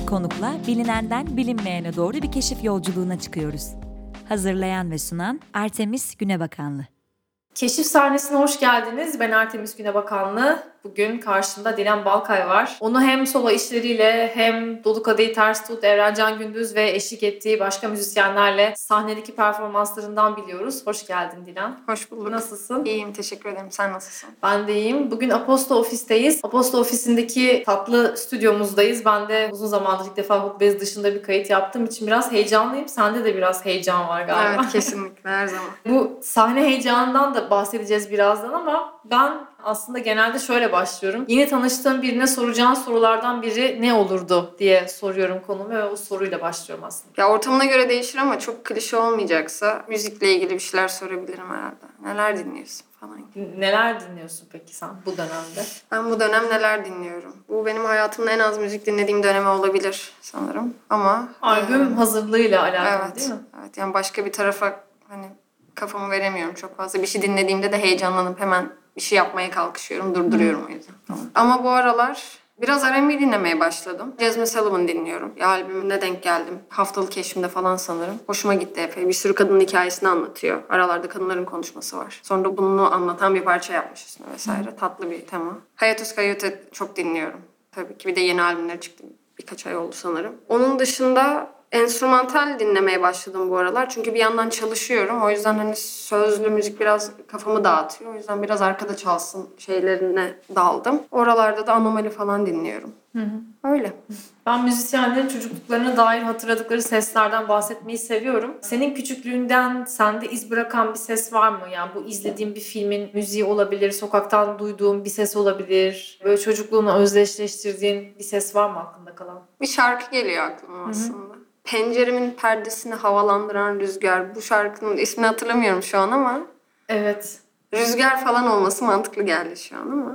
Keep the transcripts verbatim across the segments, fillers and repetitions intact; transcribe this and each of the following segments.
bir konukla bilinenden bilinmeyene doğru bir keşif yolculuğuna çıkıyoruz. Hazırlayan ve sunan Artemis Günebakanlı. Keşif sahnesine hoş geldiniz. Ben Artemis Günebakanlı. Bugün karşımda Dilan Balkay var. Onu hem solo işleriyle hem Dolu Kadehi Ters Tut, Evrencan Gündüz ve eşlik ettiği başka müzisyenlerle sahnedeki performanslarından biliyoruz. Hoş geldin Dilan. Hoş bulduk. Nasılsın? İyiyim, teşekkür ederim. Sen nasılsın? Ben de iyiyim. Bugün Aposto Ofis'teyiz. Aposto Ofis'indeki tatlı stüdyomuzdayız. Ben de uzun zamandır ilk defa Hukbez dışında bir kayıt yaptığım için biraz heyecanlıyım. Sende de biraz heyecan var galiba. Evet, kesinlikle her zaman. Bu sahne heyecanından da bahsedeceğiz birazdan ama ben aslında genelde şöyle başlıyorum. Yeni tanıştığım birine soracağın sorulardan biri ne olurdu diye soruyorum konumu ve o soruyla başlıyorum aslında. Ya ortamına göre değişir ama çok klişe olmayacaksa müzikle ilgili bir şeyler sorabilirim herhalde. Neler dinliyorsun falan. Neler dinliyorsun peki sen bu dönemde? Ben bu dönem neler dinliyorum? Bu benim hayatımda en az müzik dinlediğim dönemi olabilir sanırım. Ama Albüm e, hazırlığıyla alakalı evet, değil mi? Evet, yani başka bir tarafa hani kafamı veremiyorum çok fazla. Bir şey dinlediğimde de heyecanlanıp hemen bir şey yapmaya kalkışıyorum, durduruyorum o yüzden. Tamam. Ama bu aralar biraz R and B dinlemeye başladım. Jasmine Sullivan dinliyorum. Ya albümüne denk geldim. Haftalık keşfimde falan sanırım. Hoşuma gitti epey. Bir sürü kadının hikayesini anlatıyor. Aralarda kadınların konuşması var. Sonra bunu anlatan bir parça yapmış üstüne vesaire. Hı. Tatlı bir tema. Hiatus Coyote çok dinliyorum. Tabii ki bir de yeni albümleri çıktı. Birkaç ay oldu sanırım. Onun dışında enstrümantal dinlemeye başladım bu aralar. Çünkü bir yandan çalışıyorum. O yüzden hani sözlü müzik biraz kafamı dağıtıyor. O yüzden biraz arkada çalsın şeylerine daldım. Oralarda da anomali falan dinliyorum. Hı hı. Öyle. Ben müzisyenlerin çocukluklarına dair hatırladıkları seslerden bahsetmeyi seviyorum. Senin küçüklüğünden sende iz bırakan bir ses var mı? Yani bu izlediğin bir filmin müziği olabilir, sokaktan duyduğun bir ses olabilir. Böyle çocukluğunu özdeşleştirdiğin bir ses var mı aklında kalan? Bir şarkı geliyor aklıma aslında. Hı hı. Penceremin perdesini havalandıran rüzgar. Bu şarkının ismini hatırlamıyorum şu an ama. Evet. Rüzgar falan olması mantıklı geldi şu an ama.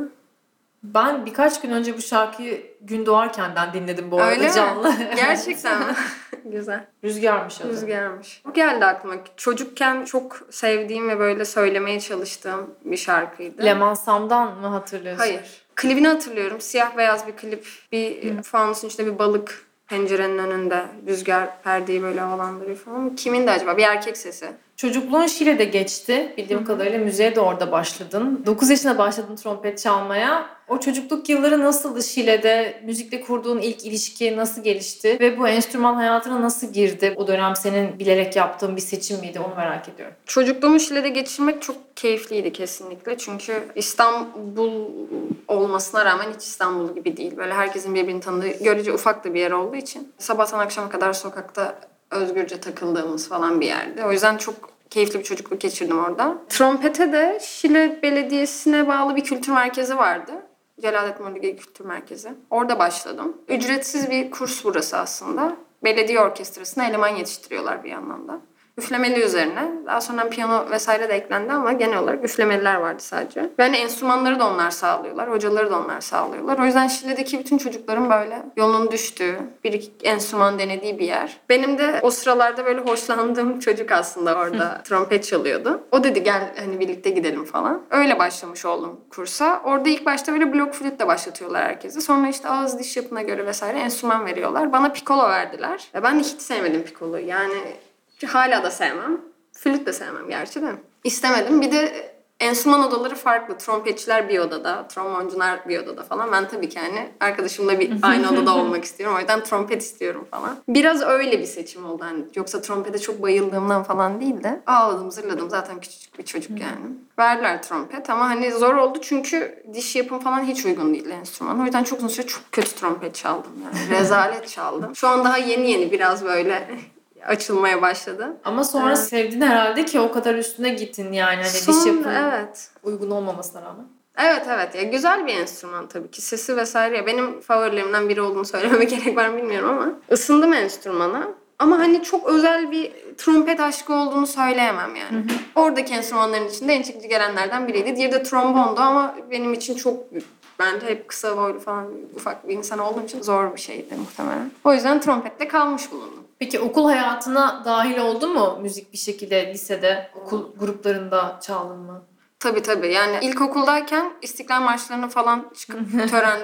Ben birkaç gün önce bu şarkıyı gün doğarkenden dinledim bu arada. Öyle canlı. Mi? Gerçekten mi? Güzel. Rüzgarmış adı. Rüzgarmış. Bu geldi aklıma. Çocukken çok sevdiğim ve böyle söylemeye çalıştığım bir şarkıydı. Leman Sam'dan mı hatırlıyorsun? Hayır. Klibini hatırlıyorum. Siyah beyaz bir klip. Bir Hı. fanusun içinde bir balık pencerenin önünde. Rüzgar perdeyi böyle havalandırıyor falan. Kimin de acaba? Bir erkek sesi. Çocukluğun Şile'de geçti. Bildiğim Hı-hı. kadarıyla müziğe de orada başladın. dokuz yaşında başladın trompet çalmaya. O çocukluk yılları nasıldı Şile'de? Müzikle kurduğun ilk ilişki nasıl gelişti? Ve bu enstrüman hayatına nasıl girdi? O dönem senin bilerek yaptığın bir seçim miydi? Onu merak ediyorum. Çocukluğumu Şile'de geçirmek çok keyifliydi kesinlikle. Çünkü İstanbul olmasına rağmen hiç İstanbul gibi değil. Böyle herkesin birbirini tanıdığı, görece ufak da bir yer olduğu için. Sabahtan akşama kadar sokakta özgürce takıldığımız falan bir yerdi. O yüzden çok keyifli bir çocukluk geçirdim orada. Trompete de Şile Belediyesi'ne bağlı bir kültür merkezi vardı. Celalettin Ordu'ya Kültür Merkezi. Orada başladım. Ücretsiz bir kurs burası aslında. Belediye orkestrasına eleman yetiştiriyorlar bir yandan da. Üflemeli üzerine. Daha sonra piyano vesaire de eklendi ama genel olarak üflemeliler vardı sadece. Yani enstrümanları da onlar sağlıyorlar. Hocaları da onlar sağlıyorlar. O yüzden Şile'deki bütün çocukların böyle yolunun düştüğü, bir iki enstrüman denediği bir yer. Benim de o sıralarda böyle hoşlandığım çocuk aslında orada trompet çalıyordu. O dedi gel hani birlikte gidelim falan. Öyle başlamış oldum kursa. Orada ilk başta böyle blok flütle başlatıyorlar herkesi. Sonra işte ağız diş yapına göre vesaire enstrüman veriyorlar. Bana pikolo verdiler. Ya ben de hiç sevmedim pikoloyu. Yani hala da sevmem. Flüt de sevmem gerçi de. İstemedim. Bir de enstrüman odaları farklı. Trompetçiler bir odada, tromboncular bir odada falan. Ben tabii ki hani arkadaşımla bir aynı odada olmak istiyorum. O yüzden trompet istiyorum falan. Biraz öyle bir seçim oldu. Hani yoksa trompete çok bayıldığımdan falan değil de ağladım, zırladım. Zaten küçücük bir çocuk yani. Verdiler trompet ama hani zor oldu çünkü diş yapım falan hiç uygun değil enstrüman. O yüzden çok uzun süre çok kötü trompet çaldım yani. Rezalet çaldım. Şu an daha yeni yeni biraz böyle açılmaya başladı. Ama sonra evet. sevdin herhalde ki o kadar üstüne gittin yani. Hani sonra, diş yapımı evet. uygun olmamasına rağmen. Evet evet. Ya güzel bir enstrüman tabii ki. Sesi vesaire. Ya benim favorilerimden biri olduğunu söylememe gerek var mı bilmiyorum ama ısındım enstrümana. Ama hani çok özel bir trompet aşkı olduğunu söyleyemem yani. Hı hı. Oradaki enstrümanların içinde en çekici gelenlerden biriydi. Diğeri de trombondu ama benim için çok büyük. Ben de hep kısa boylu falan ufak bir insan olduğum için zor bir şeydi muhtemelen. O yüzden trompette kalmış bulundum. Peki okul hayatına dahil oldu mu müzik bir şekilde lisede, okul gruplarında çaldın mı? Tabii tabii. Yani ilkokuldayken İstiklal Marşları'nı falan çıkıp törende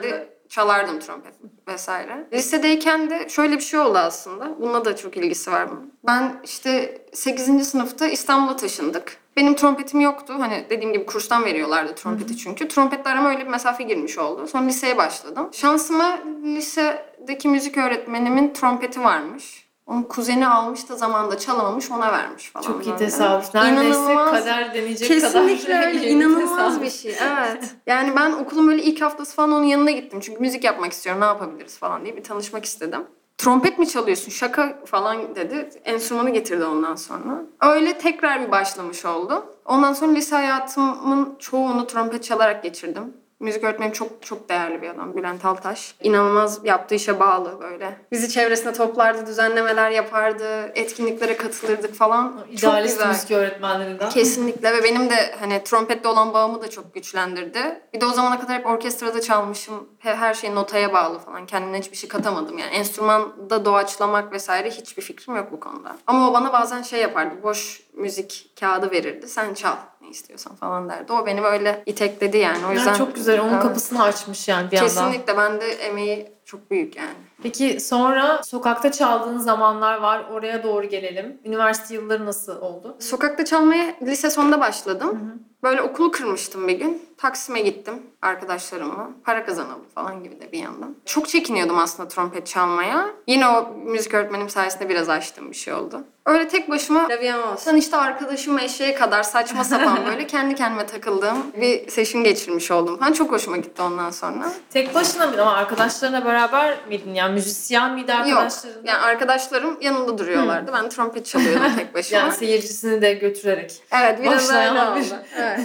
çalardım trompet vesaire. Lisedeyken de şöyle bir şey oldu aslında. Bununla da çok ilgisi var bunun. Ben işte sekizinci sınıfta İstanbul'a taşındık. Benim trompetim yoktu. Hani dediğim gibi kurstan veriyorlardı trompeti çünkü. Trompetle arama öyle bir mesafe girmiş oldu. Sonra liseye başladım. Şansıma lisedeki müzik öğretmenimin trompeti varmış. Onun kuzeni almış da zamanında çalamamış, ona vermiş falan. Çok iyi böyle. tesadüf. Neredeyse İnanılmaz. kader deneyecek kadar. Kesinlikle öyle. iyi İnanılmaz tesadüf. bir şey. Evet. Yani ben okulun böyle ilk haftası falan onun yanına gittim. Çünkü müzik yapmak istiyorum, ne yapabiliriz falan diye bir tanışmak istedim. Trompet mi çalıyorsun? Şaka falan dedi. Enstrümanı getirdi ondan sonra. Öyle tekrar bir başlamış oldu. Ondan sonra lise hayatımın çoğunu trompet çalarak geçirdim. Müzik öğretmenim çok çok değerli bir adam. Bülent Altaş. İnanılmaz yaptığı işe bağlı böyle. Bizi çevresine toplardı, düzenlemeler yapardı, etkinliklere katılırdık falan. Çok İdealist güzel. müzik öğretmenlerinden. Kesinlikle ve benim de hani trompetle olan bağımı da çok güçlendirdi. Bir de o zamana kadar hep orkestrada çalmışım. Her şey notaya bağlı falan. Kendimden hiçbir şey katamadım yani. Enstrümanda doğaçlamak vesaire hiçbir fikrim yok bu konuda. Ama o bana bazen şey yapardı. Boş müzik kağıdı verirdi. Sen çal ne istiyorsan falan derdi. O beni böyle itekledi yani. O yüzden Yani çok güzel. Onun evet. kapısını açmış yani bir yandan. Kesinlikle bende emeği çok büyük yani. Peki sonra sokakta çaldığın zamanlar var. Oraya doğru gelelim. Üniversite yılları nasıl oldu? Sokakta çalmaya lise sonunda başladım. Hı hı. Böyle okulu kırmıştım bir gün. Taksim'e gittim arkadaşlarımla. Para kazanalım falan gibi de bir yandan. Çok çekiniyordum aslında trompet çalmaya. Yine o müzik öğretmenim sayesinde biraz açtığım bir şey oldu. Öyle tek başıma Sen işte arkadaşım eşeğe kadar saçma sapan böyle kendi kendime takıldığım bir session geçirmiş oldum falan. Çok hoşuma gitti ondan sonra. Tek başına mıydın ama arkadaşlarına beraber miydin? Yani müzisyen miydi arkadaşların? Yok. Yani arkadaşlarım yanımda duruyorlardı. Hmm. Ben trompet çalıyordum tek başıma. Yani seyircisini de götürerek. Evet, biraz öyle bir oldu. Evet.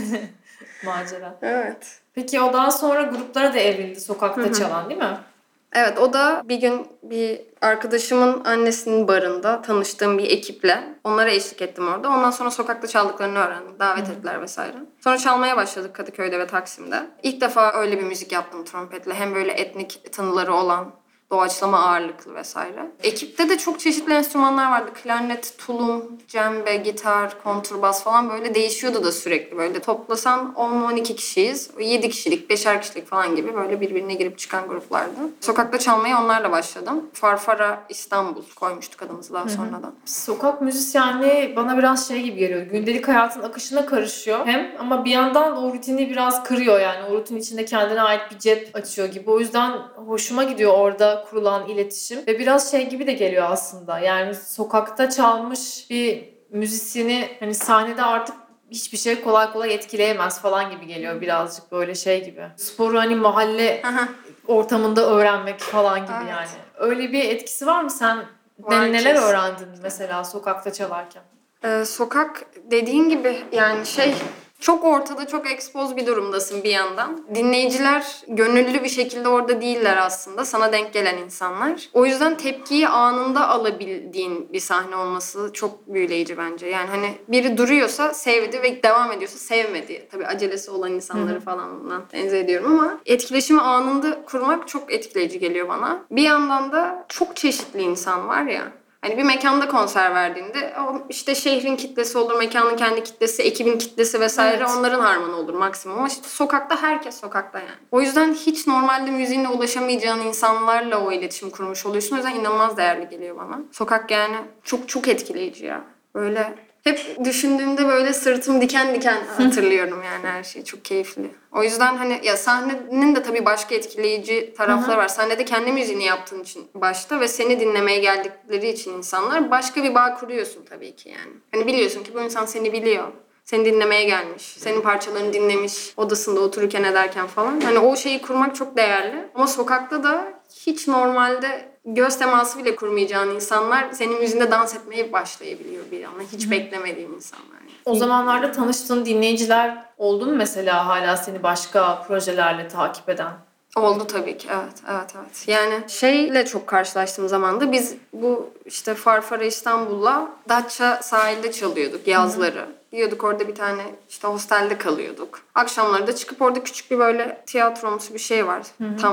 Macera. Evet. Peki o daha sonra gruplara da evrildi sokakta Hı-hı. çalan değil mi? Evet, o da bir gün bir arkadaşımın annesinin barında tanıştığım bir ekiple onlara eşlik ettim orada. Ondan sonra sokakta çaldıklarını öğrendim. Davet Hı. ettiler vesaire. Sonra çalmaya başladık Kadıköy'de ve Taksim'de. İlk defa öyle bir müzik yaptım trompetle. Hem böyle etnik tınıları olan, doğaçlama ağırlıklı vesaire. Ekipte de çok çeşitli enstrümanlar vardı. Klarnet, tulum, cembe, gitar, konturbas falan böyle değişiyordu da sürekli. Böyle toplasan on on iki kişiyiz. yedi kişilik, beşer kişilik falan gibi böyle birbirine girip çıkan gruplardı. Sokakta çalmaya onlarla başladım. Farfara İstanbul koymuştuk adımızı daha sonradan. Sokak müzisyenliği bana biraz şey gibi geliyor. Gündelik hayatın akışına karışıyor hem ama bir yandan da o rutini biraz kırıyor yani. O rutin içinde kendine ait bir cep açıyor gibi. O yüzden hoşuma gidiyor orada kurulan iletişim ve biraz şey gibi de geliyor aslında. Yani sokakta çalmış bir müzisyeni hani sahnede artık hiçbir şey kolay kolay etkileyemez falan gibi geliyor birazcık böyle şey gibi. Sporu hani mahalle ortamında öğrenmek falan gibi evet. Yani. Öyle bir etkisi var mı sen? Var neler kesin. Öğrendin mesela sokakta çalarken? Ee, sokak dediğin gibi yani şey çok ortada, çok expose bir durumdasın bir yandan. Dinleyiciler gönüllü bir şekilde orada değiller aslında. Sana denk gelen insanlar. O yüzden tepkiyi anında alabildiğin bir sahne olması çok büyüleyici bence. Yani hani biri duruyorsa sevdi ve devam ediyorsa sevmedi. Tabii acelesi olan insanları Hı-hı. falan bundan tenzih ediyorum ama etkileşimi anında kurmak çok etkileyici geliyor bana. Bir yandan da çok çeşitli insan var ya. Hani bir mekanda konser verdiğinde o işte şehrin kitlesi olur, mekanın kendi kitlesi, ekibin kitlesi vesaire evet. Onların harmanı olur maksimum. Ama işte sokakta herkes sokakta yani. O yüzden hiç normalde müziğinle ulaşamayacağın insanlarla o iletişim kurmuş oluyorsun. O yüzden inanılmaz değerli geliyor bana. Sokak yani çok çok etkileyici ya. Böyle hep düşündüğümde böyle sırtım diken diken hatırlıyorum yani her şeyi. Çok keyifli. O yüzden hani ya sahnenin de tabii başka etkileyici tarafları var. Sahnede kendi müziğini yaptığın için başta ve seni dinlemeye geldikleri için insanlar başka bir bağ kuruyorsun tabii ki yani. Hani biliyorsun ki bu insan seni biliyor. Seni dinlemeye gelmiş. Senin parçalarını dinlemiş. Odasında otururken ederken falan. Hani o şeyi kurmak çok değerli. Ama sokakta da hiç normalde göz teması bile kurmayacağın insanlar senin müziğinde dans etmeye başlayabiliyor bir anda. Hiç Hı. beklemediğin insanlar. Yani. O zamanlarda tanıştığın dinleyiciler oldu mu mesela hala seni başka projelerle takip eden? Oldu tabii ki. Evet, evet, evet. Yani şeyle çok karşılaştığım zamanda biz bu işte Farfara İstanbul'la Datça sahilde çalıyorduk yazları. Hı-hı. Gidiyorduk orada bir tane işte hostelde kalıyorduk. Akşamları da çıkıp orada küçük bir böyle tiyatromsu bir şey var. Hı-hı. Tam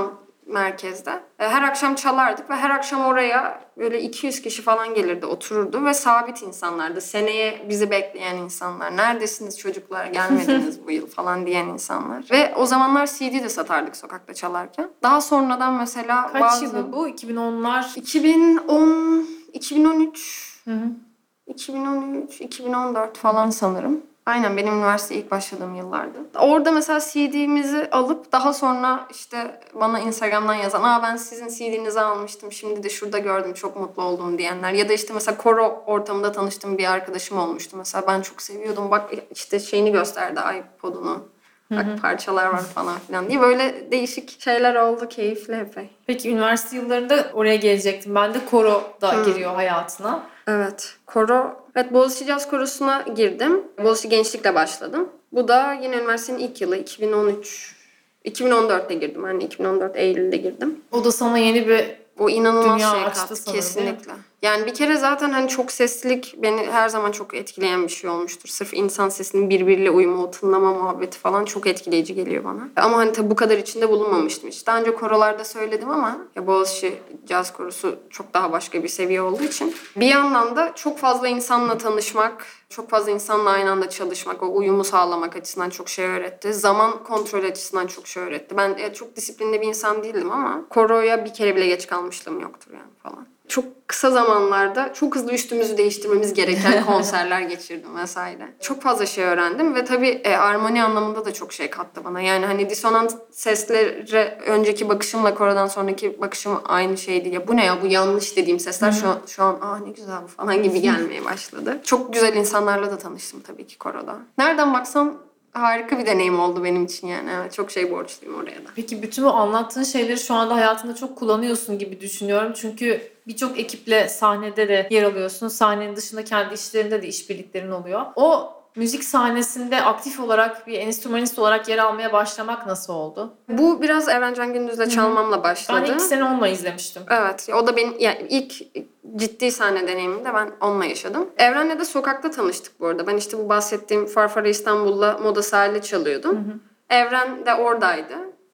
merkezde. E, Her akşam çalardık ve her akşam oraya böyle iki yüz kişi falan gelirdi, otururdu ve sabit insanlardı. Seneye bizi bekleyen insanlar. Neredesiniz çocuklar, gelmediniz bu yıl falan diyen insanlar. Ve o zamanlar C D de satardık sokakta çalarken. Daha sonradan mesela Kaç bazı... yılı bu? iki bin onlar. iki bin on, iki bin on üç, Hı hı. iki bin on üç, iki bin on dört falan sanırım. Aynen benim üniversiteye ilk başladığım yıllardı. Orada mesela C D'mizi alıp daha sonra işte bana Instagram'dan yazan aa ben sizin C D'nizi almıştım şimdi de şurada gördüm çok mutlu oldum diyenler. Ya da işte mesela koro ortamında tanıştığım bir arkadaşım olmuştu. Mesela ben çok seviyordum bak işte şeyini gösterdi iPod'unu. Bak parçalar var falan filan diye böyle değişik şeyler oldu keyifli epey. Peki üniversite yıllarında oraya gelecektim. Ben de koro da giriyor hayatına. Evet. Koro. Evet, Boğaziçi Caz Korosu'na girdim. Boğaziçi Gençlik'le başladım. Bu da yine üniversitenin ilk yılı iki bin on üç. iki bin on dörtte girdim. Yani iki bin on dört Eylül'de girdim. O da sana yeni bir O inanılmaz dünya şey açtı kattı sanırım, kesinlikle. Yani bir kere zaten hani çok seslilik beni her zaman çok etkileyen bir şey olmuştur. Sırf insan sesinin birbiriyle uyumu, o tınlama muhabbeti falan çok etkileyici geliyor bana. Ama hani tabii bu kadar içinde bulunmamıştım hiç. Daha önce korolarda söyledim ama ya Boğaziçi Caz Korosu çok daha başka bir seviye olduğu için. Bir yandan da çok fazla insanla tanışmak, çok fazla insanla aynı anda çalışmak, o uyumu sağlamak açısından çok şey öğretti. Zaman kontrol açısından çok şey öğretti. Ben e, çok disiplinli bir insan değildim ama koroya bir kere bile geç kalmışlığım yoktur yani falan. Çok kısa zamanlarda çok hızlı üstümüzü değiştirmemiz gereken konserler geçirdim vesaire. Çok fazla şey öğrendim ve tabii e, armoni anlamında da çok şey kattı bana. Yani hani disonant seslere önceki bakışımla korodan sonraki bakışım aynı şey değil. Ya bu ne ya bu yanlış dediğim sesler şu an, şu an aa ne güzel bu falan gibi gelmeye başladı. Çok güzel insanlarla da tanıştım tabii ki koroda. Nereden baksam harika bir deneyim oldu benim için yani. Evet, çok şey borçluyum oraya da. Peki bütün bu anlattığın şeyleri şu anda hayatında çok kullanıyorsun gibi düşünüyorum. Çünkü birçok ekiple sahnede de yer alıyorsun. Sahnenin dışında kendi işlerinde de işbirliklerin oluyor. O müzik sahnesinde aktif olarak bir enstrümanist olarak yer almaya başlamak nasıl oldu? Bu biraz Evrencan Gündüz'le çalmamla başladı. Ben iki sene onunla izlemiştim. Evet. O da benim yani ilk ciddi sahne deneyimimi de ben onunla yaşadım. Evren'le de sokakta tanıştık bu arada. Ben işte bu bahsettiğim Farfara İstanbul'la Moda Sahil'de çalıyordum. Hı hı. Evren de oradaydı.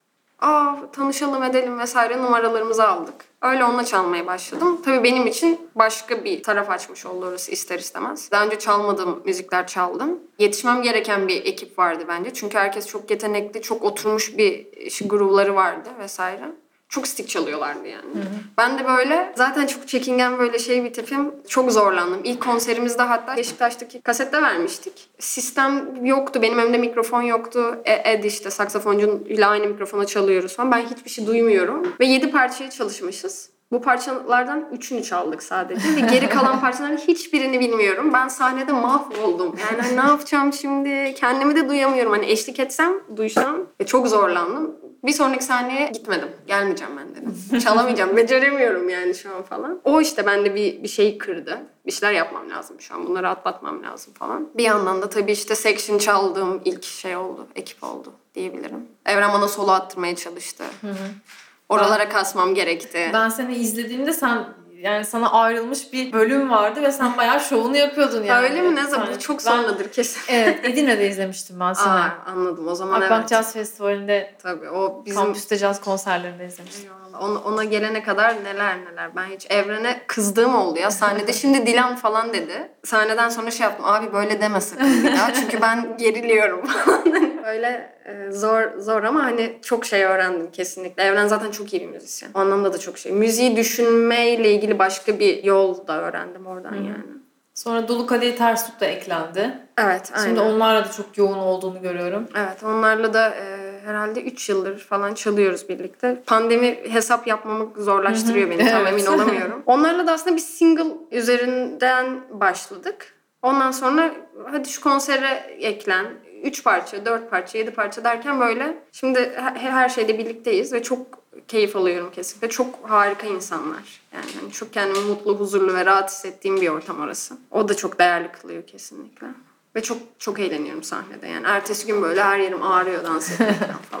Aa tanışalım edelim vesaire numaralarımızı aldık. Öyle onunla çalmaya başladım. Tabii benim için başka bir taraf açmış oldu orası ister istemez. Daha önce çalmadığım müzikler çaldım. Yetişmem gereken bir ekip vardı bence. Çünkü herkes çok yetenekli, çok oturmuş bir groove'ları vardı vesaire. Çok stick çalıyorlardı yani. Hı hı. Ben de böyle zaten çok çekingen böyle şey bir tipim. Çok zorlandım. İlk konserimizde hatta Beşiktaş'taki kasette vermiştik. Sistem yoktu. Benim önümde mikrofon yoktu. E, Ed işte saksafoncuyla aynı mikrofona çalıyoruz falan. Ben hiçbir şey duymuyorum. Ve yedi parçaya çalışmışız. Bu parçalardan üçünü çaldık sadece. Ve geri kalan parçaların hiçbirini bilmiyorum. Ben sahnede mahvoldum. Yani hani ne yapacağım şimdi? Kendimi de duyamıyorum. Hani eşlik etsem, duysam. Ve çok zorlandım. Bir sonraki sahneye gitmedim. Gelmeyeceğim ben dedim. Çalamayacağım. Beceremiyorum yani şu an falan. O işte bende bir, bir şey kırdı. Bir şeyler yapmam lazım şu an. Bunları atlatmam lazım falan. Bir yandan da tabii işte section çaldığım ilk şey oldu. Ekip oldu diyebilirim. Evren bana solo attırmaya çalıştı. Hı hı. Oralara ben, kasmam gerekti. Ben seni izlediğimde sen yani sana ayrılmış bir bölüm vardı ve sen bayağı şovunu yapıyordun yani. Öyle mi? Ne zaman? Bu çok sonradır kesin. Evet, Edirne'de izlemiştim ben seni. Aa, anladım. O zaman Akbank evet. Jazz Festivali'nde tabii o bizim kampüste caz konserlerinde izlemiştim. Ona, ona gelene kadar neler neler. Ben hiç Evren'e kızdığım oldu ya. Sahnede şimdi Dilan falan dedi. Sahneden sonra şey yaptım. Abi böyle deme sakın bir daha. Çünkü ben geriliyorum falan. Öyle e, zor zor ama hani çok şey öğrendim kesinlikle. Evren zaten çok iyi bir müzisyen. O anlamda da çok şey. Müziği düşünmeyle ilgili başka bir yol da öğrendim oradan Hı. yani. Sonra Dolu Kadehi Ters Tut da eklendi. Evet, aynen. Şimdi onlarla da çok yoğun olduğunu görüyorum. Evet, onlarla da e, herhalde üç yıldır falan çalıyoruz birlikte. Pandemi hesap yapmamı zorlaştırıyor beni. Tam emin olamıyorum. Onlarla da aslında bir single üzerinden başladık. Ondan sonra hadi şu konsere eklen. Üç parça, dört parça, yedi parça derken böyle. Şimdi her şeyde birlikteyiz ve çok keyif alıyorum kesinlikle. Çok harika insanlar. Yani hani çok kendimi mutlu, huzurlu ve rahat hissettiğim bir ortam orası. O da çok değerli kılıyor kesinlikle. Ve çok çok eğleniyorum sahnede. Yani ertesi gün böyle her yerim ağrıyor dans etmekten falan.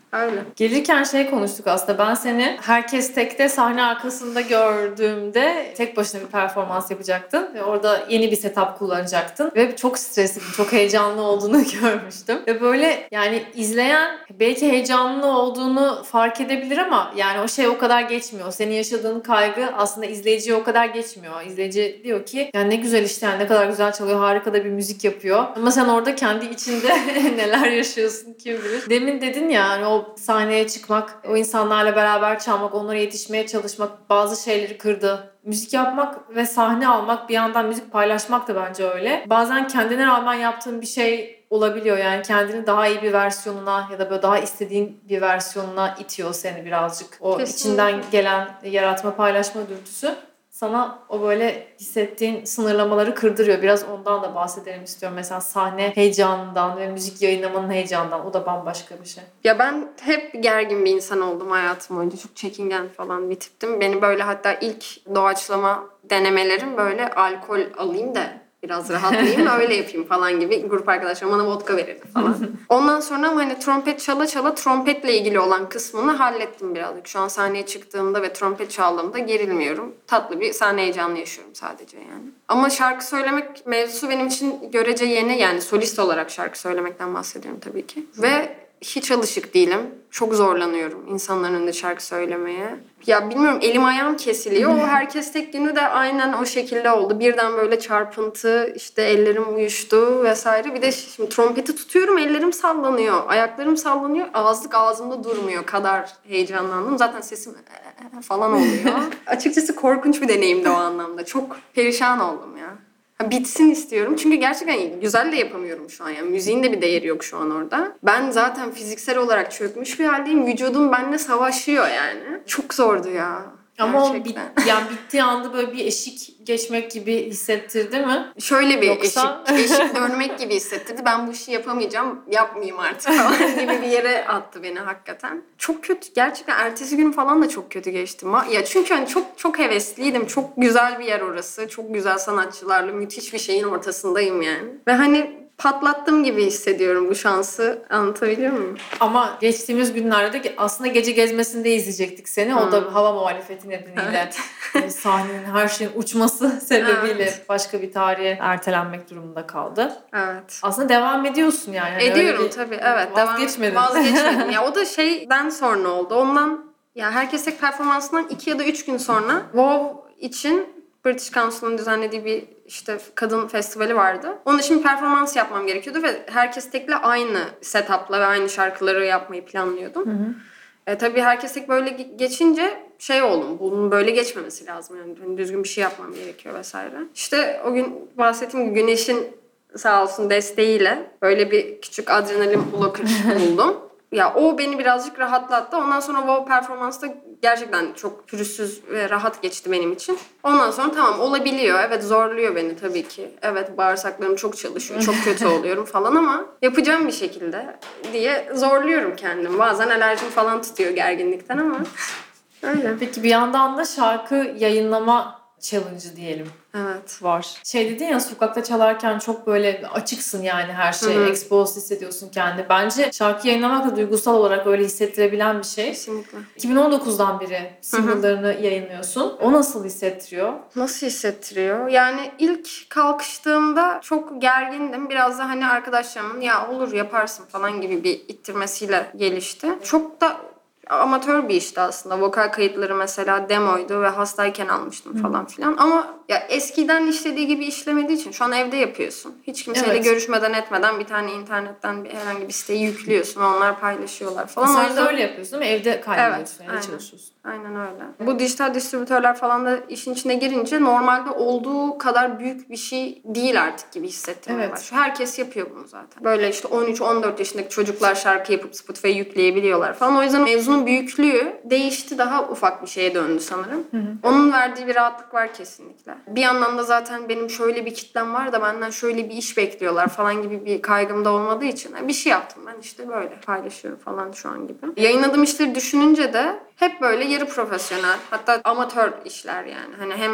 Öyle. Gelirken şey konuştuk aslında. Ben seni Herkes Tek'te sahne arkasında gördüğümde tek başına bir performans yapacaktın. Ve orada yeni bir setup kullanacaktın. Ve çok stresli, çok heyecanlı olduğunu görmüştüm. Ve böyle yani izleyen belki heyecanlı olduğunu fark edebilir ama yani o şey o kadar geçmiyor. Senin yaşadığın kaygı aslında izleyiciye o kadar geçmiyor. İzleyici diyor ki yani ne güzel işte, yani ne kadar güzel çalıyor, harika da bir müzik yapıyor. Ama sen orada kendi içinde neler yaşıyorsun kim bilir. Demin dedin ya hani o sahneye çıkmak, o insanlarla beraber çalmak, onlara yetişmeye çalışmak bazı şeyleri kırdı. Müzik yapmak ve sahne almak, bir yandan müzik paylaşmak da bence öyle. Bazen kendine rağmen yaptığın bir şey olabiliyor. Yani kendini daha iyi bir versiyonuna ya da böyle daha istediğin bir versiyonuna itiyor seni birazcık. O Kesinlikle. içinden gelen yaratma, paylaşma dürtüsü sana o böyle hissettiğin sınırlamaları kırdırıyor. Biraz ondan da bahsedelim istiyorum. Mesela sahne heyecanından ve müzik yayınlamanın heyecanından. O da bambaşka bir şey. Ya ben hep gergin bir insan oldum hayatım boyunca. Çok çekingen falan bir tiptim. Beni böyle hatta ilk doğaçlama denemelerim böyle alkol alayım da biraz rahatlayayım öyle yapayım falan gibi grup arkadaşlarım bana vodka verirdi falan. Ondan sonra ama hani trompet çala çala trompetle ilgili olan kısmını hallettim birazcık. Şu an sahneye çıktığımda ve trompet çaldığımda gerilmiyorum. Tatlı bir sahne heyecanı yaşıyorum sadece yani. Ama şarkı söylemek mevzusu benim için görece yeni, yani solist olarak şarkı söylemekten bahsediyorum tabii ki. Ve hiç alışık değilim. Çok zorlanıyorum insanların önünde şarkı söylemeye. Ya bilmiyorum, elim ayağım kesiliyor. O Herkes Tek günü de aynen o şekilde oldu. Birden böyle çarpıntı, işte ellerim uyuştu vesaire. Bir de şimdi trompeti tutuyorum, ellerim sallanıyor. Ayaklarım sallanıyor. Ağızlık ağzımda durmuyor. Kadar heyecanlandım. Zaten sesim falan oluyor. Açıkçası korkunç bir deneyimdi o anlamda. Çok perişan oldum ya. Bitsin istiyorum. Çünkü gerçekten güzel de yapamıyorum şu an. Yani müziğin de bir değeri yok şu an orada. Ben zaten fiziksel olarak çökmüş bir haldeyim. Vücudum benimle savaşıyor yani. Çok zordu ya. Ama o Gerçekten. bit, yani bittiği anda böyle bir eşik geçmek gibi hissettirdi mi? Şöyle bir Yoksa... eşik, eşik dönmek gibi hissettirdi. Ben bu işi yapamayacağım, yapmayayım artık falan gibi bir yere attı beni hakikaten. Çok kötü. Gerçekten ertesi gün falan da çok kötü geçti. Ya çünkü hani çok çok hevesliydim. Çok güzel bir yer orası. Çok güzel sanatçılarla müthiş bir şeyin ortasındayım yani. Ve hani patlattım gibi hissediyorum bu şansı. Anlatabiliyor muyum? Ama geçtiğimiz günlerde de aslında gece gezmesinde izleyecektik seni. O da Hmm. hava muhalefeti nedeniyle Evet. sahnenin her şeyin uçması sebebiyle Evet. başka bir tarihe ertelenmek durumunda kaldı. Evet. Aslında devam ediyorsun yani. Hani öyle Ediyorum bir- tabii, evet. Vazgeçmedin. Devam, vazgeçmedim. Ya o da şeyden sonra oldu. Ondan ya Herkes Tek performansından iki ya da üç gün sonra WoW için British Council'ın düzenlediği bir işte kadın festivali vardı. Onun için bir performans yapmam gerekiyordu ve Herkes Tek'le aynı setup'la ve aynı şarkıları yapmayı planlıyordum. Hı hı. E, tabii Herkes Tek böyle ge- geçince şey oldum. Bunun böyle geçmemesi lazım yani. Hani düzgün bir şey yapmam gerekiyor vesaire. İşte o gün bahsettiğim gibi Güneş'in sağ olsun desteğiyle böyle bir küçük adrenalin blocker buldum. Ya o beni birazcık rahatlattı. Ondan sonra WoW performansı da gerçekten çok pürüzsüz ve rahat geçti benim için. Ondan sonra tamam, olabiliyor. Evet, zorluyor beni tabii ki. Evet, bağırsaklarım çok çalışıyor. Çok kötü oluyorum falan ama yapacağım bir şekilde diye zorluyorum kendimi. Bazen alerjim falan tutuyor gerginlikten ama öyle. Peki bir yandan da şarkı yayınlama challenge'ı diyelim. Evet. Var. Şey dedin ya, sokakta çalarken çok böyle açıksın yani her şeye. Hı hı. Exposed hissediyorsun kendini. Bence şarkı yayınlamak da duygusal olarak öyle hissettirebilen bir şey. Kesinlikle. iki bin on dokuzdan beri single'larını yayınlıyorsun. O nasıl hissettiriyor? Nasıl hissettiriyor? Yani ilk kalkıştığımda çok gergindim. Biraz da hani arkadaşlarımın ya olur yaparsın falan gibi bir ittirmesiyle gelişti. Çok da amatör bir işti aslında. Vokal kayıtları mesela demoydu ve hastayken almıştım falan filan. Ama ya eskiden işlediği gibi işlemediği için şu an evde yapıyorsun. Hiç kimseyle Evet. görüşmeden etmeden bir tane internetten bir, herhangi bir siteyi yüklüyorsun ve onlar paylaşıyorlar falan. O Sen de yüzden- öyle yapıyorsun değil mi? Evde kaydediyorsun, Evet, evde aynen. çalışıyorsun. Aynen öyle. Bu dijital distribütörler falan da işin içine girince normalde olduğu kadar büyük bir şey değil artık gibi hissettirmeye Evet. başlıyor. Herkes yapıyor bunu zaten. Böyle işte on üç on dört yaşındaki çocuklar şarkı yapıp Spotify'a yükleyebiliyorlar falan. O yüzden mevzunun büyüklüğü değişti, daha ufak bir şeye döndü sanırım. Hı hı. Onun verdiği bir rahatlık var kesinlikle. Bir yandan da zaten benim şöyle bir kitlem var da benden şöyle bir iş bekliyorlar falan gibi bir kaygım da olmadığı için bir şey yaptım ben işte böyle paylaşıyorum falan şu an gibi. Yayınladığım işleri düşününce de hep böyle yarı profesyonel, hatta amatör işler yani. Hani hem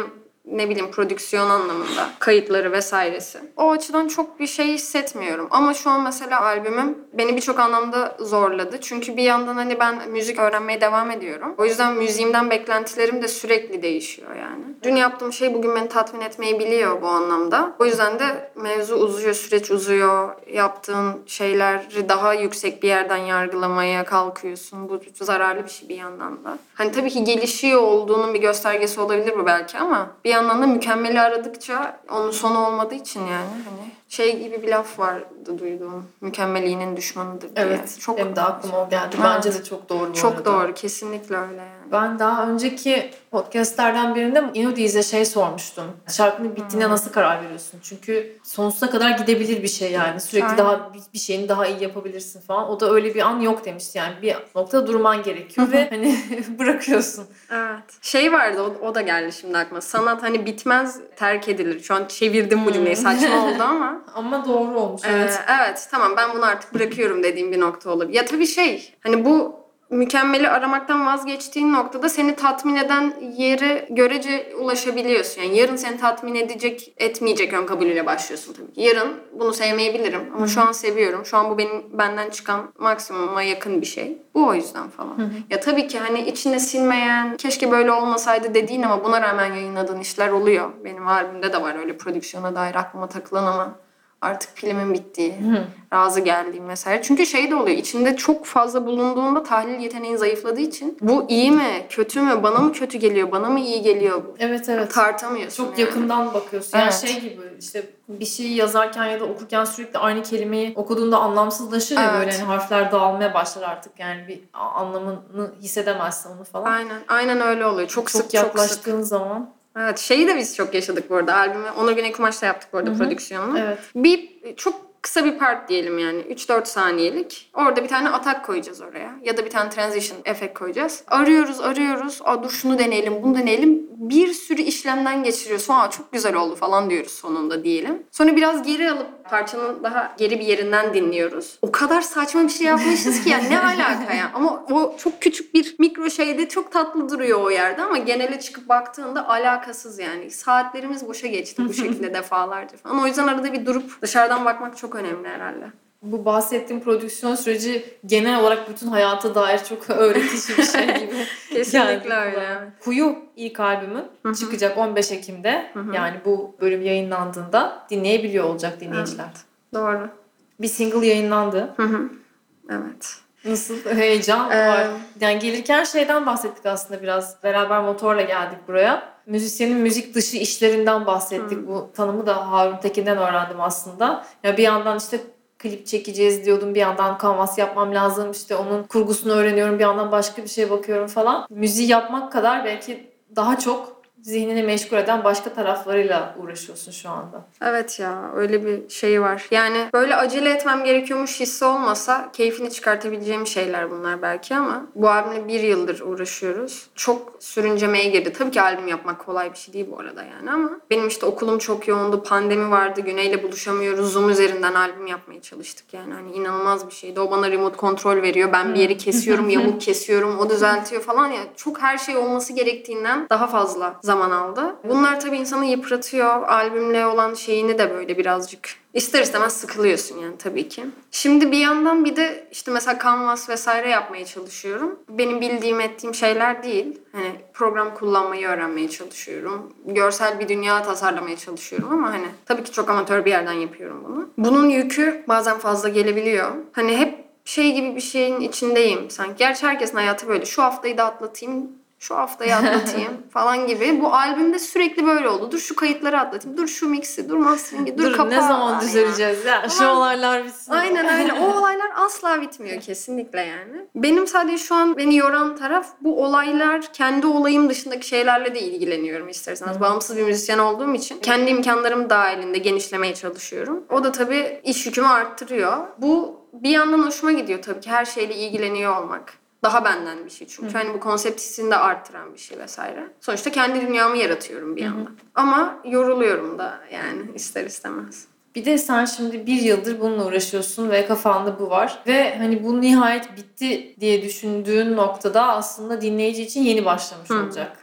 ne bileyim prodüksiyon anlamında, kayıtları vesairesi. O açıdan çok bir şey hissetmiyorum. Ama şu an mesela albümüm beni birçok anlamda zorladı. Çünkü bir yandan hani ben müzik öğrenmeye devam ediyorum. O yüzden müziğimden beklentilerim de sürekli değişiyor yani. Dün yaptığım şey bugün beni tatmin etmeyi biliyor bu anlamda. O yüzden de mevzu uzuyor, süreç uzuyor. Yaptığın şeyleri daha yüksek bir yerden yargılamaya kalkıyorsun. Bu zararlı bir şey bir yandan da. Hani tabii ki gelişiyor olduğunun bir göstergesi olabilir bu belki ama bir yandan da mükemmeli aradıkça onun sonu olmadığı için yani hani şey gibi bir laf vardı duyduğum. Mükemmel iyinin düşmanıdır diye. Evet. Çok, Benim de aklıma o geldi. Evet. Bence de çok doğru bu Çok arada. doğru. Kesinlikle öyle yani. Ben daha önceki podcastlerden birinde Inodiz'e şey sormuştum. Şarkının bittiğine nasıl karar veriyorsun? Çünkü sonsuza kadar gidebilir bir şey yani. Sürekli Aynen. daha bir şeyini daha iyi yapabilirsin falan. O da öyle bir an yok demişti yani. Bir noktada durman gerekiyor ve hani bırakıyorsun. Evet. Şey vardı o, o da geldi şimdi aklıma. Sanat hani bitmez terk edilir. Şu an çevirdim bu cümleyi. Saçma oldu ama. Ama doğru olmuş. Ee, Evet. evet tamam ben bunu artık bırakıyorum dediğim bir nokta olabilir. Ya tabii şey hani bu mükemmeli aramaktan vazgeçtiğin noktada seni tatmin eden yere görece ulaşabiliyorsun. Yani yarın seni tatmin edecek, etmeyecek ön kabulüyle başlıyorsun tabii ki. Yarın bunu sevmeyebilirim ama Hı-hı. şu an seviyorum. Şu an bu benim benden çıkan maksimuma yakın bir şey. Bu o yüzden falan. Hı-hı. Ya tabii ki hani içine sinmeyen, keşke böyle olmasaydı dediğin ama buna rağmen yayınladığın işler oluyor. Benim albümde de var öyle prodüksiyona dair aklıma takılan ama artık pilimin bittiği, Hı. razı geldiğim vesaire. Çünkü şey de oluyor, içinde çok fazla bulunduğunda tahlil yeteneğin zayıfladığı için bu iyi mi, kötü mü, bana mı kötü geliyor, bana mı iyi geliyor? Evet evet. Tartamıyorsun Çok yani. yakından bakıyorsun. Yani Evet. şey gibi işte bir şeyi yazarken ya da okurken sürekli aynı kelimeyi okuduğunda anlamsızlaşır ya Evet. böyle hani harfler dağılmaya başlar artık yani bir anlamını hissedemezsin onu falan. Aynen, aynen öyle oluyor. Çok, çok sık, yaklaştığın çok sık. zaman. Evet, şeyi de biz çok yaşadık bu arada. Albümü Onur Güney Kumaş'ta yaptık bu arada Hı-hı. prodüksiyonunu. Evet. Bir çok kısa bir part diyelim yani. üç dört saniyelik. Orada bir tane atak koyacağız oraya. Ya da bir tane transition efekt koyacağız. Arıyoruz, arıyoruz. Aa dur şunu deneyelim, bunu deneyelim. Bir sürü işlemden geçiriyoruz. Aa çok güzel oldu falan diyoruz sonunda diyelim. Sonra biraz geri alıp parçanın daha geri bir yerinden dinliyoruz. O kadar saçma bir şey yapmışız ki yani ne alaka ya. Ama o çok küçük bir mikro şeyde çok tatlı duruyor o yerde ama genele çıkıp baktığında alakasız yani. Saatlerimiz boşa geçti bu şekilde defalarca falan. O yüzden arada bir durup dışarıdan bakmak çok önemli herhalde. Bu bahsettiğim prodüksiyon süreci genel olarak bütün hayata dair çok öğretici bir şey gibi. Kesinlikle öyle. Kuyu ilk albümü Hı-hı. çıkacak on beş Ekim'de. Hı-hı. Yani bu bölüm yayınlandığında dinleyebiliyor olacak dinleyiciler. Evet, doğru. Bir single yayınlandı. Hı-hı. Evet. Nasıl heyecan ee... var. Yani gelirken şeyden bahsettik aslında biraz. Beraber motorla geldik buraya. Müzisyenin müzik dışı işlerinden bahsettik. Hmm. Bu tanımı da Harun Tekin'den öğrendim aslında. Ya bir yandan işte klip çekeceğiz diyordum. Bir yandan kanvas yapmam lazım. İşte onun kurgusunu öğreniyorum. Bir yandan başka bir şeye bakıyorum falan. Müziği yapmak kadar belki daha çok zihnini meşgul eden başka taraflarıyla uğraşıyorsun şu anda. Evet ya öyle bir şey var. Yani böyle acele etmem gerekiyormuş hissi olmasa keyfini çıkartabileceğim şeyler bunlar belki ama bu albümle bir yıldır uğraşıyoruz. Çok sürüncemeye girdi. Tabii ki albüm yapmak kolay bir şey değil bu arada yani ama benim işte okulum çok yoğundu, pandemi vardı, Güney'le buluşamıyoruz. Zoom üzerinden albüm yapmaya çalıştık yani. Hani inanılmaz bir şeydi. O bana remote kontrol veriyor. Ben bir yeri kesiyorum, yamuk kesiyorum, o düzeltiyor falan ya. Çok her şey olması gerektiğinden daha fazla zaman zaman aldı. Bunlar tabii insanı yıpratıyor. Albümle olan şeyini de böyle birazcık ister istemez sıkılıyorsun yani tabii ki. Şimdi bir yandan bir de işte mesela kanvas vesaire yapmaya çalışıyorum. Benim bildiğim ettiğim şeyler değil. Hani program kullanmayı öğrenmeye çalışıyorum. Görsel bir dünya tasarlamaya çalışıyorum ama hani tabii ki çok amatör bir yerden yapıyorum bunu. Bunun yükü bazen fazla gelebiliyor. Hani hep şey gibi bir şeyin içindeyim sanki. Gerçi herkesin hayatı böyle. Şu haftayı da atlatayım. Şu haftayı atlatayım falan gibi. Bu albümde sürekli böyle oldu. Dur şu kayıtları atlatayım. Dur şu mixi, dur masteringi, dur, dur kapağı. Ne zaman düzeleceğiz ya? ya. Şu Ama, olaylar bitsin. Aynen öyle. O olaylar asla bitmiyor kesinlikle yani. Benim sadece şu an beni yoran taraf bu olaylar kendi olayım dışındaki şeylerle de ilgileniyorum isterseniz. Bağımsız bir müzisyen olduğum için kendi imkanlarım dahilinde genişlemeye çalışıyorum. O da tabii iş yükümü arttırıyor. Bu bir yandan hoşuma gidiyor tabii ki her şeyle ilgileniyor olmak. Daha benden bir şey çünkü. Hı. Hani bu konsept hissini de arttıran bir şey vesaire. Sonuçta kendi dünyamı yaratıyorum bir yandan. Hı hı. Ama yoruluyorum da yani ister istemez. Bir de sen şimdi bir yıldır bununla uğraşıyorsun ve kafanda bu var. Ve hani bu nihayet bitti diye düşündüğün noktada aslında dinleyici için yeni başlamış Hı. olacak.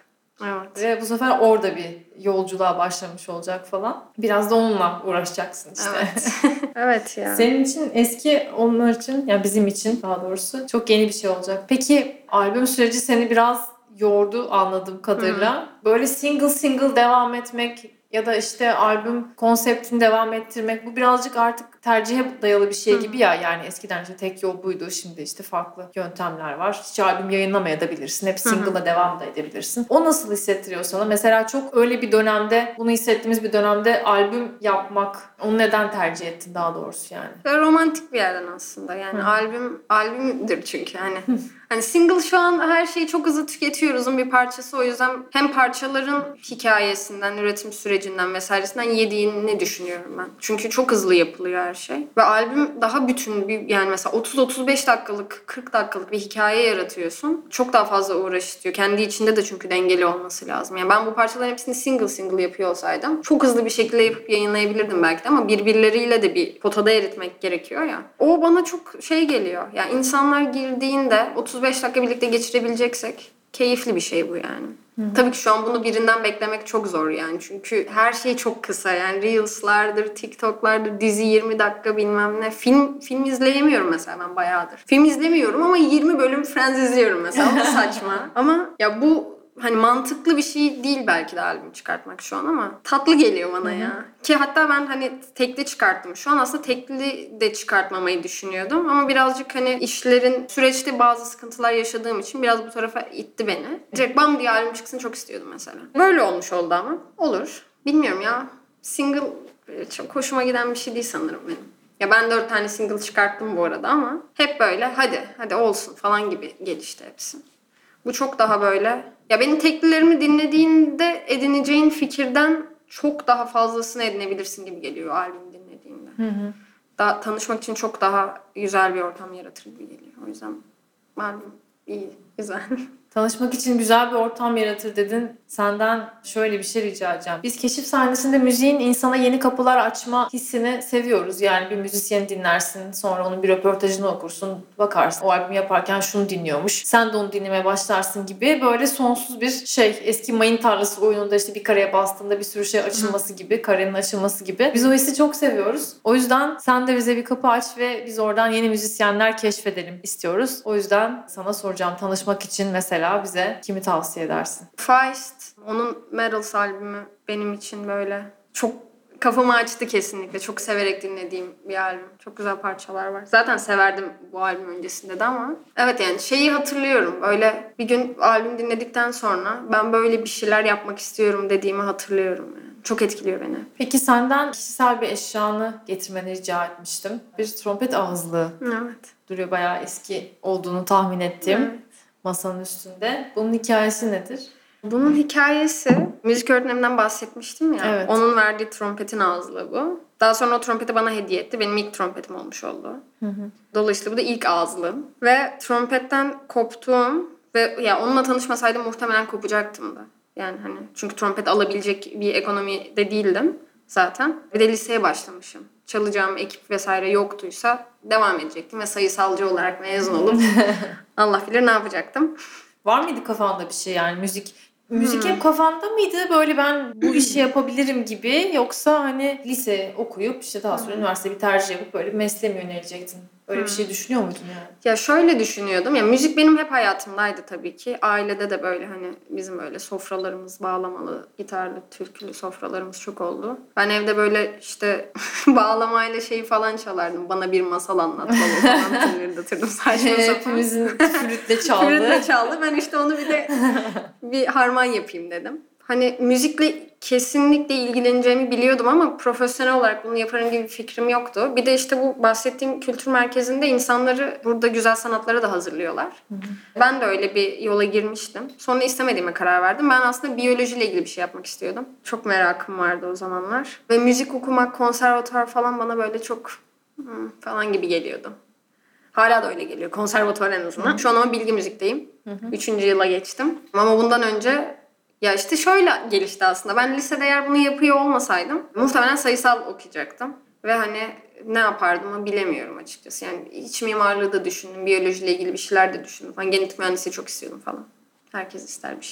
Evet. Ve bu sefer orada bir yolculuğa başlamış olacak falan. Biraz da onunla uğraşacaksın işte. Evet. Evet ya. Senin için eski, onlar için, yani bizim için daha doğrusu çok yeni bir şey olacak. Peki albüm süreci seni biraz yordu anladığım kadarıyla. Hı. Böyle single single devam etmek ya da işte albüm konseptini devam ettirmek, bu birazcık artık tercihe dayalı bir şey gibi ya. Yani eskiden işte tek yol buydu, şimdi işte farklı yöntemler var. Hiç albüm yayınlamayabilirsin, hep single'la devam da edebilirsin. O nasıl hissettiriyor sana? Mesela çok öyle bir dönemde, bunu hissettiğimiz bir dönemde albüm yapmak, onu neden tercih ettin daha doğrusu yani? Ve romantik bir yerden aslında. Yani Hı. albüm albümdür çünkü hani. Hani single şu an her şeyi çok hızlı tüketiyoruzun bir parçası. O yüzden hem parçaların hikayesinden, üretim sürecinden vesairesinden yediğini düşünüyorum ben. Çünkü çok hızlı yapılıyor her şey. Ve albüm daha bütün bir, yani mesela otuz otuz beş dakikalık, kırk dakikalık bir hikaye yaratıyorsun. Çok daha fazla uğraş istiyor. Kendi içinde de çünkü dengeli olması lazım. Yani ben bu parçaların hepsini single single yapıyor olsaydım çok hızlı bir şekilde yapıp yayınlayabilirdim belki de, ama birbirleriyle de bir potada eritmek gerekiyor ya. O bana çok şey geliyor. Yani insanlar girdiğinde otuz beş dakika birlikte geçirebileceksek keyifli bir şey bu yani. Hı-hı. Tabii ki şu an bunu birinden beklemek çok zor yani. Çünkü her şey çok kısa. Yani Reels'lardır, TikTok'lardır, dizi yirmi dakika bilmem ne. Film film izleyemiyorum mesela ben bayağıdır. Film izlemiyorum ama yirmi bölüm Friends izliyorum mesela. O da saçma. Ama ya bu hani mantıklı bir şey değil belki de albüm çıkartmak şu an, ama tatlı geliyor bana. Hı-hı. Ya. Ki hatta ben hani tekli çıkarttım. Şu an aslında tekli de çıkartmamayı düşünüyordum. Ama birazcık hani işlerin süreçte bazı sıkıntılar yaşadığım için biraz bu tarafa itti beni. Direkt bam diye albüm çıksın çok istiyordum mesela. Böyle olmuş oldu ama. Olur. Bilmiyorum ya. Single çok hoşuma giden bir şey değil sanırım benim. Ya ben dört tane single çıkarttım bu arada ama hep böyle hadi hadi olsun falan gibi gelişti hepsi. Bu çok daha böyle. Ya benim teklilerimi dinlediğinde edineceğin fikirden çok daha fazlasını edinebilirsin gibi geliyor albüm dinlediğinde. Hı hı. Daha, tanışmak için çok daha güzel bir ortam yaratır gibi geliyor. O yüzden albüm iyi, güzel. Tanışmak için güzel bir ortam yaratır dedin. Senden şöyle bir şey rica edeceğim. Biz keşif sahnesinde müziğin insana yeni kapılar açma hissini seviyoruz. Yani bir müzisyeni dinlersin, sonra onun bir röportajını okursun, bakarsın o albümü yaparken şunu dinliyormuş. Sen de onu dinlemeye başlarsın gibi böyle sonsuz bir şey. Eski mayın tarlası oyununda işte bir kareye bastığında bir sürü şey açılması gibi, karenin açılması gibi. Biz o hissi çok seviyoruz. O yüzden sen de bize bir kapı aç ve biz oradan yeni müzisyenler keşfedelim istiyoruz. O yüzden sana soracağım, tanışmak için mesela bize kimi tavsiye edersin? Feist, onun Metals albümü benim için böyle çok kafamı açtı kesinlikle. Çok severek dinlediğim bir albüm. Çok güzel parçalar var. Zaten severdim bu albüm öncesinde de ama. Evet yani şeyi hatırlıyorum. Böyle bir gün albüm dinledikten sonra ben böyle bir şeyler yapmak istiyorum dediğimi hatırlıyorum yani. Çok etkiliyor beni. Peki senden kişisel bir eşyanı getirmeni rica etmiştim. Bir trompet ağızlığı. Evet. Duruyor, bayağı eski olduğunu tahmin ettim. Evet. Masanın üstünde. Bunun hikayesi nedir? Bunun hikayesi, müzik öğretmenimden bahsetmiştim ya. Evet. Onun verdiği trompetin ağızlığı bu. Daha sonra o trompeti bana hediye etti. Benim ilk trompetim olmuş oldu. Hı hı. Dolayısıyla bu da ilk ağızlığım. Ve trompetten koptuğum ve ya onunla tanışmasaydım muhtemelen kopacaktım da. Yani hani çünkü trompet alabilecek bir ekonomide değildim zaten. Bir de liseye başlamışım. Çalacağım ekip vesaire yoktuysa devam edecektim ve sayısalcı olarak mezun olup Allah bilir ne yapacaktım. Var mıydı kafanda bir şey yani müzik? Müzik hmm. hep kafanda mıydı? Böyle ben bu işi yapabilirim gibi, yoksa hani lise okuyup işte daha sonra hmm. üniversite bir tercih yapıp böyle bir mesleğe mi yönelecektin? Öyle hmm. bir şey düşünüyor muydun yani? Ya şöyle düşünüyordum. Ya müzik benim hep hayatımdaydı tabii ki. Ailede de böyle hani bizim öyle sofralarımız bağlamalı, gitarlı, türkülü sofralarımız çok oldu. Ben evde böyle işte bağlamayla şeyi falan çalardım. Bana bir masal anlat falan tıngırdatırdım saçma sapan. Hepimizin flütle çaldı. Flütle çaldı. Ben işte onu bir de bir harman yapayım dedim. Hani müzikle kesinlikle ilgileneceğimi biliyordum ama profesyonel olarak bunu yaparım gibi bir fikrim yoktu. Bir de işte bu bahsettiğim kültür merkezinde insanları burada güzel sanatlara da hazırlıyorlar. Hı hı. Ben de öyle bir yola girmiştim. Sonra istemediğime karar verdim. Ben aslında biyolojiyle ilgili bir şey yapmak istiyordum. Çok merakım vardı o zamanlar. Ve müzik okumak, konservatuvar falan bana böyle çok hmm, falan gibi geliyordu. Hala da öyle geliyor. Konservatuvar en azından. Hı hı. Şu an ama bilgi müzikteyim. Hı hı. Üçüncü yıla geçtim. Ama bundan önce ya işte şöyle gelişti aslında. Ben lisede eğer bunu yapıyor olmasaydım muhtemelen sayısal okuyacaktım. Ve hani ne yapardım bilemiyorum açıkçası. Yani iç mimarlığı da düşündüm. Biyolojiyle ilgili bir şeyler de düşündüm. Ben genetik mühendisliği çok istiyordum falan. Herkes ister bir şeyler.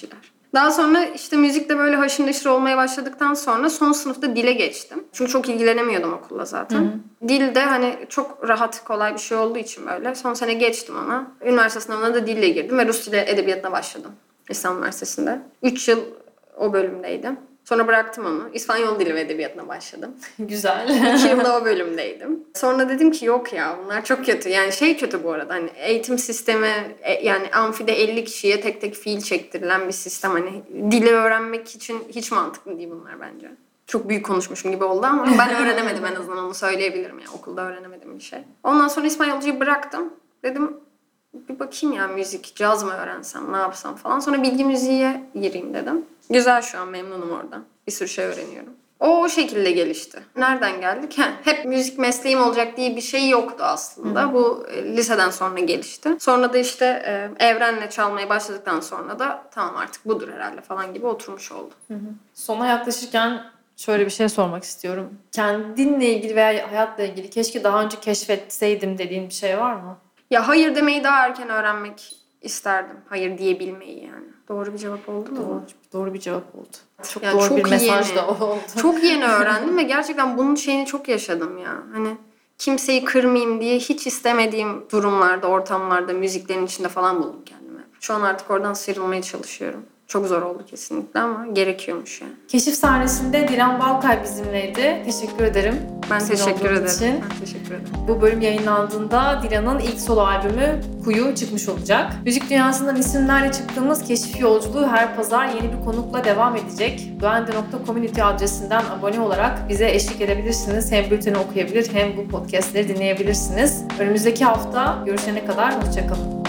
Daha sonra işte müzikle böyle haşır neşir olmaya başladıktan sonra son sınıfta dile geçtim. Çünkü çok ilgilenemiyordum okulla zaten. Hı hı. Dil de hani çok rahat, kolay bir şey olduğu için böyle. Son sene geçtim ona. Üniversite sınavına da dille girdim ve Rus dili edebiyatına başladım İstanbul Üniversitesi'nde. Üç yıl o bölümdeydim. Sonra bıraktım onu. İspanyol dili ve edebiyatına başladım. Güzel. İki yılda o bölümdeydim. Sonra dedim ki yok ya bunlar çok kötü. Yani şey kötü bu arada hani eğitim sistemi yani amfide elli kişiye tek tek fiil çektirilen bir sistem. Hani dili öğrenmek için hiç mantıklı değil bunlar bence. Çok büyük konuşmuşum gibi oldu ama ben öğrenemedim en azından onu söyleyebilirim. Yani okulda öğrenemedim bir şey. Ondan sonra İspanyolcayı bıraktım. Dedim bir bakayım ya müzik, caz mı öğrensem, ne yapsam falan. Sonra bilgi müziğe gireyim dedim. Güzel şu an memnunum orada. Bir sürü şey öğreniyorum. O o şekilde gelişti. Nereden geldik? Heh, hep müzik mesleğim olacak diye bir şey yoktu aslında. Hı-hı. Bu e, liseden sonra gelişti. Sonra da işte e, Evren'le çalmaya başladıktan sonra da tamam artık budur herhalde falan gibi oturmuş oldu. Hı-hı. Sona yaklaşırken şöyle bir şey sormak istiyorum. Kendinle ilgili veya hayatla ilgili keşke daha önce keşfetseydim dediğin bir şey var mı? Ya hayır demeyi daha erken öğrenmek isterdim. Hayır diyebilmeyi yani. Doğru bir cevap oldu mu? Doğru, doğru bir cevap oldu. Çok yani doğru çok bir mesaj yeni. da oldu. Çok yeni öğrendim ve gerçekten bunun şeyini çok yaşadım ya. Hani kimseyi kırmayayım diye hiç istemediğim durumlarda, ortamlarda, müziklerin içinde falan buldum kendimi. Şu an artık oradan sıyrılmaya çalışıyorum. Çok zor oldu kesinlikle ama gerekiyormuş yani. Keşif sahnesinde Dilan Balkay bizimleydi. Teşekkür ederim. Ben teşekkür ederim. Için. Ben teşekkür ederim. Bu bölüm yayınlandığında Dilan'ın ilk solo albümü Kuyu çıkmış olacak. Müzik dünyasından isimlerle çıktığımız keşif yolculuğu her pazar yeni bir konukla devam edecek. duende nokta community adresinden abone olarak bize eşlik edebilirsiniz. Hem bülteni okuyabilir hem bu podcastleri dinleyebilirsiniz. Önümüzdeki hafta görüşene kadar hoşça kalın.